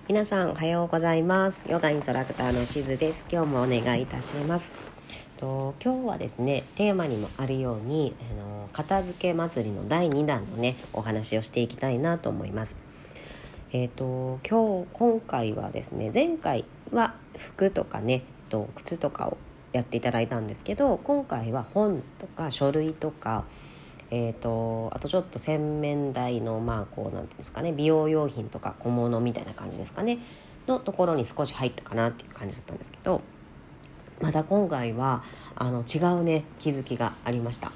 皆さんおはようございます。ヨガインストラクターのしずです。今日もお願いいたします。今日はですね、テーマにもあるように片付け祭りの第2弾のねお話をしていきたいなと思います。今回はですね、前回は服とかね靴とかをやっていただいたんですけど、今回は本とか書類とかあとちょっと洗面台のなんていうんですかね、美容用品とか小物みたいな感じですかねのところに少し入ったかなっていう感じだったんですけど、また今回は違うね気づきがありました。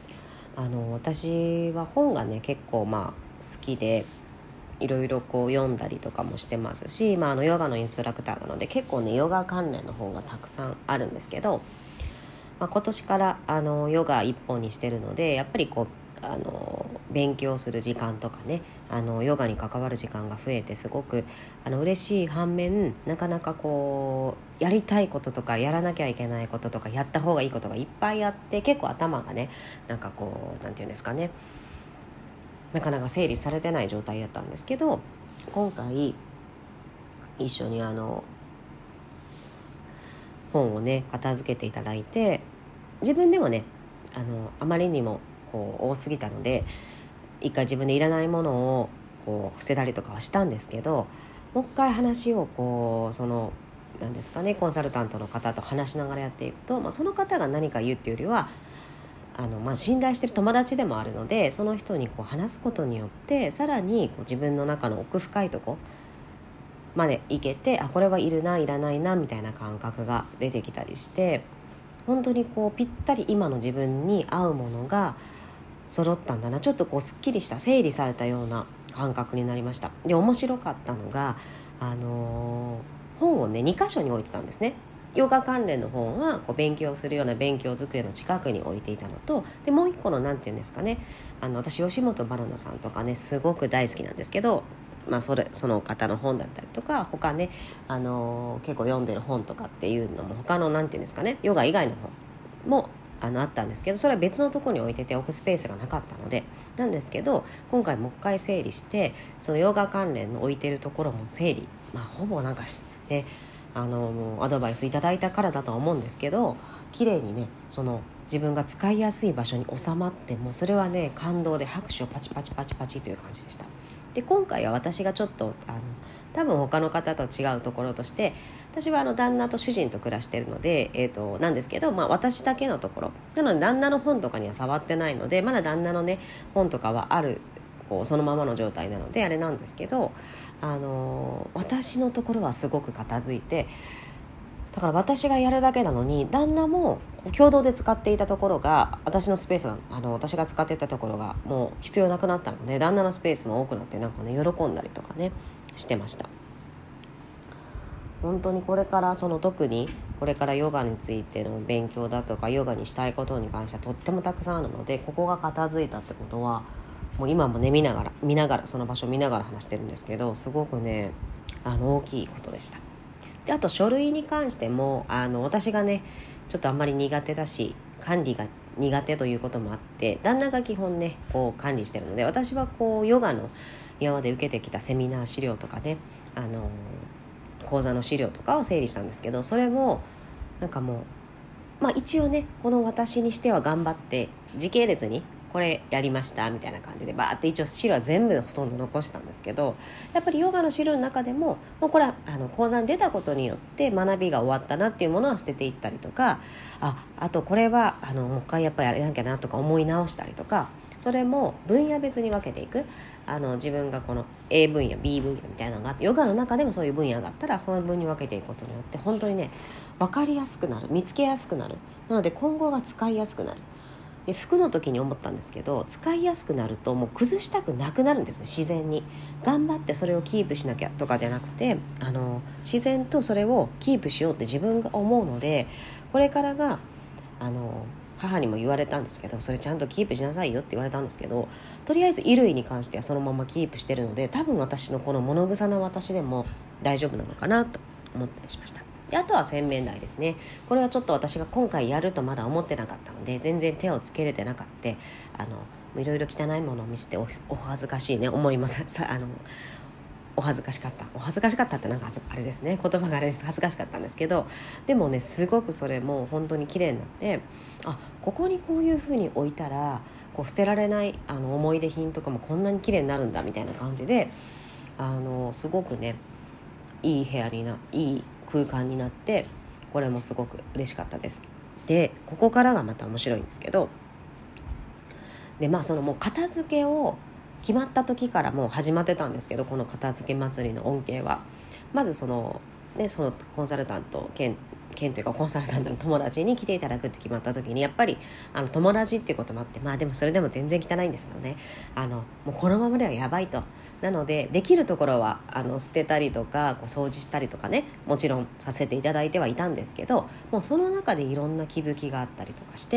私は本がね結構好きでいろいろ読んだりとかもしてますし、ヨガのインストラクターなので結構ねヨガ関連の本がたくさんあるんですけど、今年からヨガ一本にしてるので、やっぱり勉強する時間とかねヨガに関わる時間が増えてすごく嬉しい反面、なかなかやりたいこととかやらなきゃいけないこととかやった方がいいことがいっぱいあって、結構頭がねなんていうんですかね、なかなか整理されてない状態だったんですけど、今回一緒に本をね片付けていただいて、自分でもねあまりにも多すぎたので一回自分でいらないものを捨てたりとかはしたんですけど、もう一回話をなんですかね、コンサルタントの方と話しながらやっていくと、その方が何か言うっていうよりは信頼してる友達でもあるので、その人に話すことによってさらに自分の中の奥深いとこまでいけて、これはいるないらないなみたいな感覚が出てきたりして、本当にぴったり今の自分に合うものが揃ったんだな、ちょっとすっきりした整理されたような感覚になりました。で面白かったのが、本をね2箇所に置いてたんですね。ヨガ関連の本は勉強するような勉強机の近くに置いていたのと、でもう一個のなんていうんですかね、私吉本バナナさんとかねすごく大好きなんですけど、その方の本だったりとか他ね、結構読んでる本とかっていうのも他のなんていうんですかね、ヨガ以外の本もあったんですけど、それは別のところに置いてて置くスペースがなかったのでなんですけど、今回もう一回整理してそのヨガ関連の置いてるところも整理、ほぼねアドバイスいただいたからだとは思うんですけど、綺麗にね自分が使いやすい場所に収まって、もうそれはね感動で拍手をパチパチパチパチという感じでした。で今回は私がちょっと多分他の方と違うところとして、私は旦那と主人と暮らしているので、なんですけど、私だけのところなので旦那の本とかには触ってないので、まだ旦那のね本とかはあるそのままの状態なのであれなんですけど、私のところはすごく片付いて、だから私がやるだけなのに旦那も共同で使っていたところが、私のスペースが私が使っていたところがもう必要なくなったので、旦那のスペースも多くなって喜んだりとかねしてました。本当にこれから特にこれからヨガについての勉強だとかヨガにしたいことに関してはとってもたくさんあるので、ここが片付いたってことはもう今もね見ながらその場所を見ながら話してるんですけど、すごくね大きいことでした。であと書類に関しても私がねちょっとあんまり苦手だし管理が苦手ということもあって、旦那が基本ね管理してるので、私はヨガの今まで受けてきたセミナー資料とかね講座の資料とかを整理したんですけど、それも一応ねこの私にしては頑張って時系列にこれやりましたみたいな感じでバーって一応資料は全部ほとんど残したんですけど、やっぱりヨガの資料の中でもこれは講座に出たことによって学びが終わったなっていうものは捨てていったりとか、あとこれはもう一回やっぱりやらなきゃなとか思い直したりとか、それも分野別に分けていく、自分がこの A 分野 B 分野みたいなのがあって、ヨガの中でもそういう分野があったらその分に分けていくことによって本当にね分かりやすくなる、見つけやすくなる、なので今後が使いやすくなる。で服の時に思ったんですけど、使いやすくなるともう崩したくなくなるんですね。自然に頑張ってそれをキープしなきゃとかじゃなくて自然とそれをキープしようって自分が思うので、これからが母にも言われたんですけど、それちゃんとキープしなさいよって言われたんですけど、とりあえず衣類に関してはそのままキープしてるので、多分私のこの物臭な私でも大丈夫なのかなと思ったりしました。であとは洗面台ですね。これはちょっと私が今回やるとまだ思ってなかったので全然手をつけれてなかった。いろいろ汚いものを見せて お恥ずかしいね思いますお恥ずかしかったってなんかあれですね、言葉があれです、恥ずかしかったんですけど、でもねすごくそれも本当に綺麗になって、ここにこういう風に置いたらこう捨てられない思い出品とかもこんなに綺麗になるんだみたいな感じで、すごくねいいいい空間になって、これもすごく嬉しかったです。でここからがまた面白いんですけど、でそのもう片付けを決まった時からもう始まってたんですけど、この片付け祭りの恩恵はまずそのコンサルタント兼というかコンサルタントの友達に来ていただくって決まった時に、やっぱり友達っていうこともあって、でもそれでも全然汚いんですよね。もうこのままではやばいと。なのでできるところは捨てたりとか掃除したりとかね、もちろんさせていただいてはいたんですけど、もうその中でいろんな気づきがあったりとかして、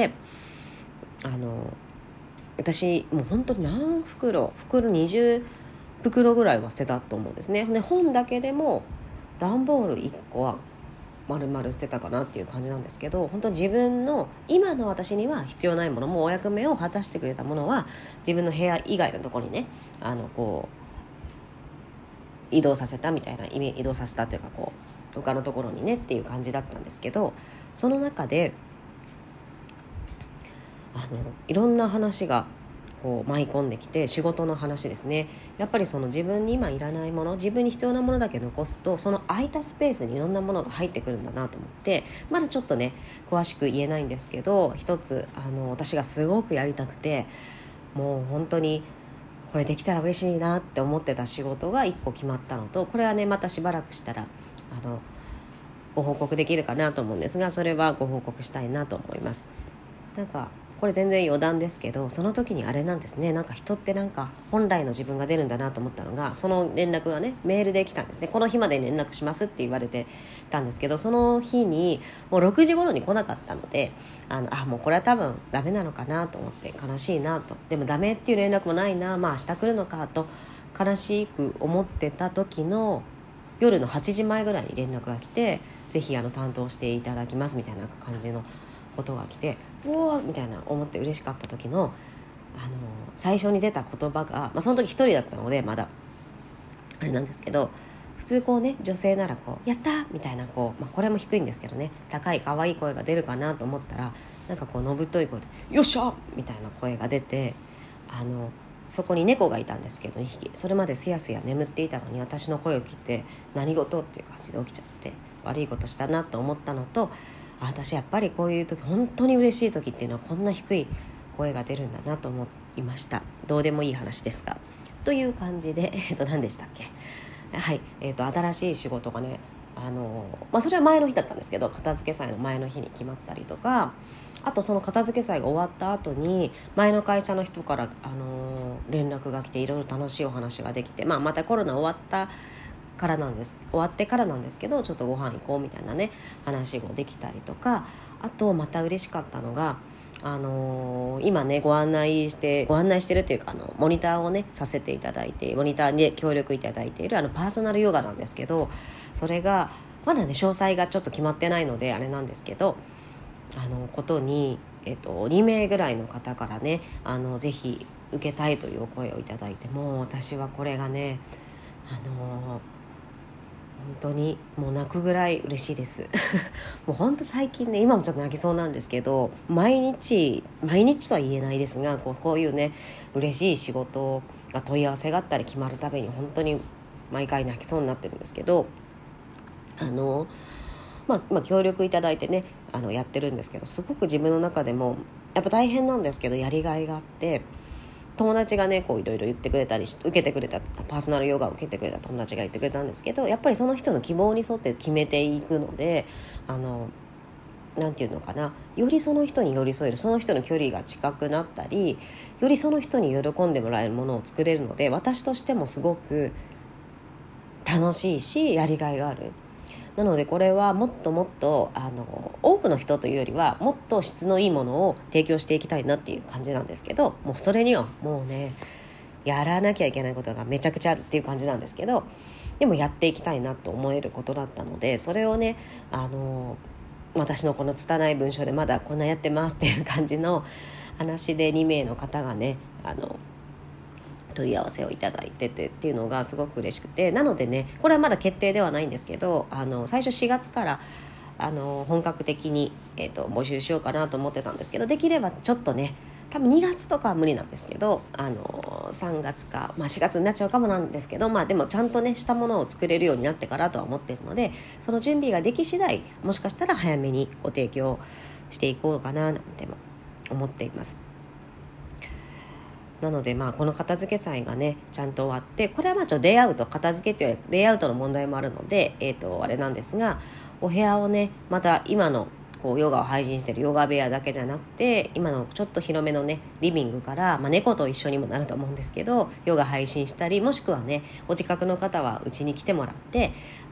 私もう本当に何袋20袋ぐらいは捨てたと思うんですね。で本だけでも段ボール1個は丸々捨てたかなっていう感じなんですけど、本当に自分の今の私には必要ないもの、もうお役目を果たしてくれたものは自分の部屋以外のところにね移動させたみたいな移動させたというか他のところにねっていう感じだったんですけど、その中でいろんな話が舞い込んできて、仕事の話ですね。やっぱりその自分に今いらないもの、自分に必要なものだけ残すと、その空いたスペースにいろんなものが入ってくるんだなと思って、まだちょっとね詳しく言えないんですけど、一つ私がすごくやりたくて、もう本当にこれできたら嬉しいなって思ってた仕事が1個決まったのと、これはねまたしばらくしたらご報告できるかなと思うんですが、それはご報告したいなと思います。なんかこれ全然余談ですけど、その時にあれなんですね、なんか人ってなんか本来の自分が出るんだなと思ったのが、その連絡がねメールで来たんですね。この日までに連絡しますって言われてたんですけど、その日にもう6時頃に来なかったので、もうこれは多分ダメなのかなと思って、悲しいなと、でもダメっていう連絡もないな、明日来るのかと悲しく思ってた時の夜の8時前ぐらいに連絡が来て、ぜひ担当していただきますみたいな感じのことが来て、おーみたいな思って嬉しかった時の最初に出た言葉が、その時一人だったのでまだあれなんですけど、普通女性ならやったみたいなこれも低いんですけどね、高い可愛い声が出るかなと思ったら、なんかのぶとい声でよっしゃみたいな声が出て、そこに猫がいたんですけど2匹、それまですやすや眠っていたのに私の声を聞いて何事っていう感じで起きちゃって、悪いことしたなと思ったのと、私やっぱりこういう時本当に嬉しい時っていうのはこんな低い声が出るんだなと思いました。どうでもいい話ですが、という感じで何でしたっけ、はい、新しい仕事がねそれは前の日だったんですけど、片付け祭の前の日に決まったりとか、あとその片付け祭が終わった後に前の会社の人から、連絡が来て、いろいろ楽しいお話ができて、またコロナ終わってからなんですけど、ちょっとご飯行こうみたいなね話ができたりとか、あとまた嬉しかったのが今ねご案内してるというかモニターをねさせていただいて、モニターで協力いただいているパーソナルヨガなんですけど、それがまだね詳細がちょっと決まってないのであれなんですけど、ことに、2名ぐらいの方からねぜひ受けたいというお声をいただいて、もう私はこれがね本当にもう泣くぐらい嬉しいですもう本当最近ね、今もちょっと泣きそうなんですけど、毎日とは言えないですが、こういうね嬉しい仕事が問い合わせがあったり決まるたびに本当に毎回泣きそうになってるんですけど、協力いただいてねやってるんですけど、すごく自分の中でもやっぱ大変なんですけどやりがいがあって、友達がねいろいろ言ってくれたり受けてくれたパーソナルヨガを受けてくれた友達が言ってくれたんですけど、やっぱりその人の希望に沿って決めていくので、なんていうのかな、よりその人に寄り添える、その人の距離が近くなったり、よりその人に喜んでもらえるものを作れるので、私としてもすごく楽しいしやりがいがある。なのでこれはもっともっと多くの人というよりはもっと質のいいものを提供していきたいなっていう感じなんですけど、もうそれにはもうねやらなきゃいけないことがめちゃくちゃあるっていう感じなんですけど、でもやっていきたいなと思えることだったので、それをね私のこの拙い文章でまだこんなやってますっていう感じの話で2名の方がね問い合わせをいただいててっていうのがすごく嬉しくて、なのでねこれはまだ決定ではないんですけど、最初4月から本格的に、募集しようかなと思ってたんですけど、できればちょっとね多分2月とかは無理なんですけど、3月か、4月になっちゃうかもなんですけど、でもちゃんとねしたものを作れるようになってからとは思っているので、その準備ができ次第もしかしたら早めにご提供していこうかななんても思っています。なのでこの片付け祭がねちゃんと終わって、これはちょっとレイアウト片付けというレイアウトの問題もあるので、あれなんですが、お部屋をねまた今のヨガを配信しているヨガ部屋だけじゃなくて、今のちょっと広めのねリビングから、猫と一緒にもなると思うんですけど、ヨガ配信したり、もしくはねお近くの方はうちに来てもらって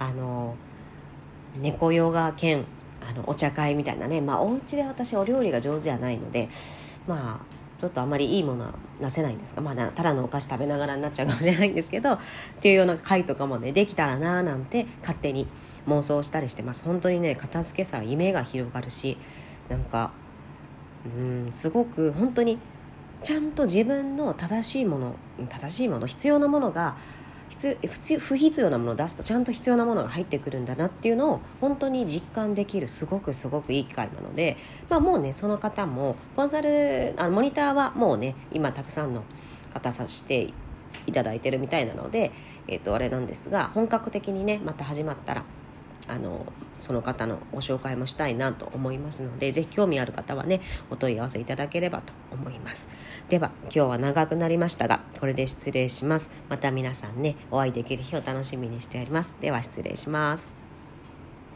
猫ヨガ兼お茶会みたいなね、お家で私お料理が上手じゃないのでちょっとあまりいいものは出せないんですが、ただのお菓子食べながらになっちゃうかもしれないんですけどっていうような会とかもねできたらななんて勝手に妄想したりしてます。本当にね片付けさ夢が広がるし、すごく本当にちゃんと自分の正しいもの必要なものが不必要なものを出すとちゃんと必要なものが入ってくるんだなっていうのを本当に実感できるすごくいい機会なので、もうねその方もコンサルモニターはもうね今たくさんの方さしていただいてるみたいなので、あれなんですが、本格的にねまた始まったらその方のご紹介もしたいなと思いますので、ぜひ興味ある方はねお問い合わせいただければと思います。では今日は長くなりましたがこれで失礼します。また皆さんねお会いできる日を楽しみにしております。では失礼します。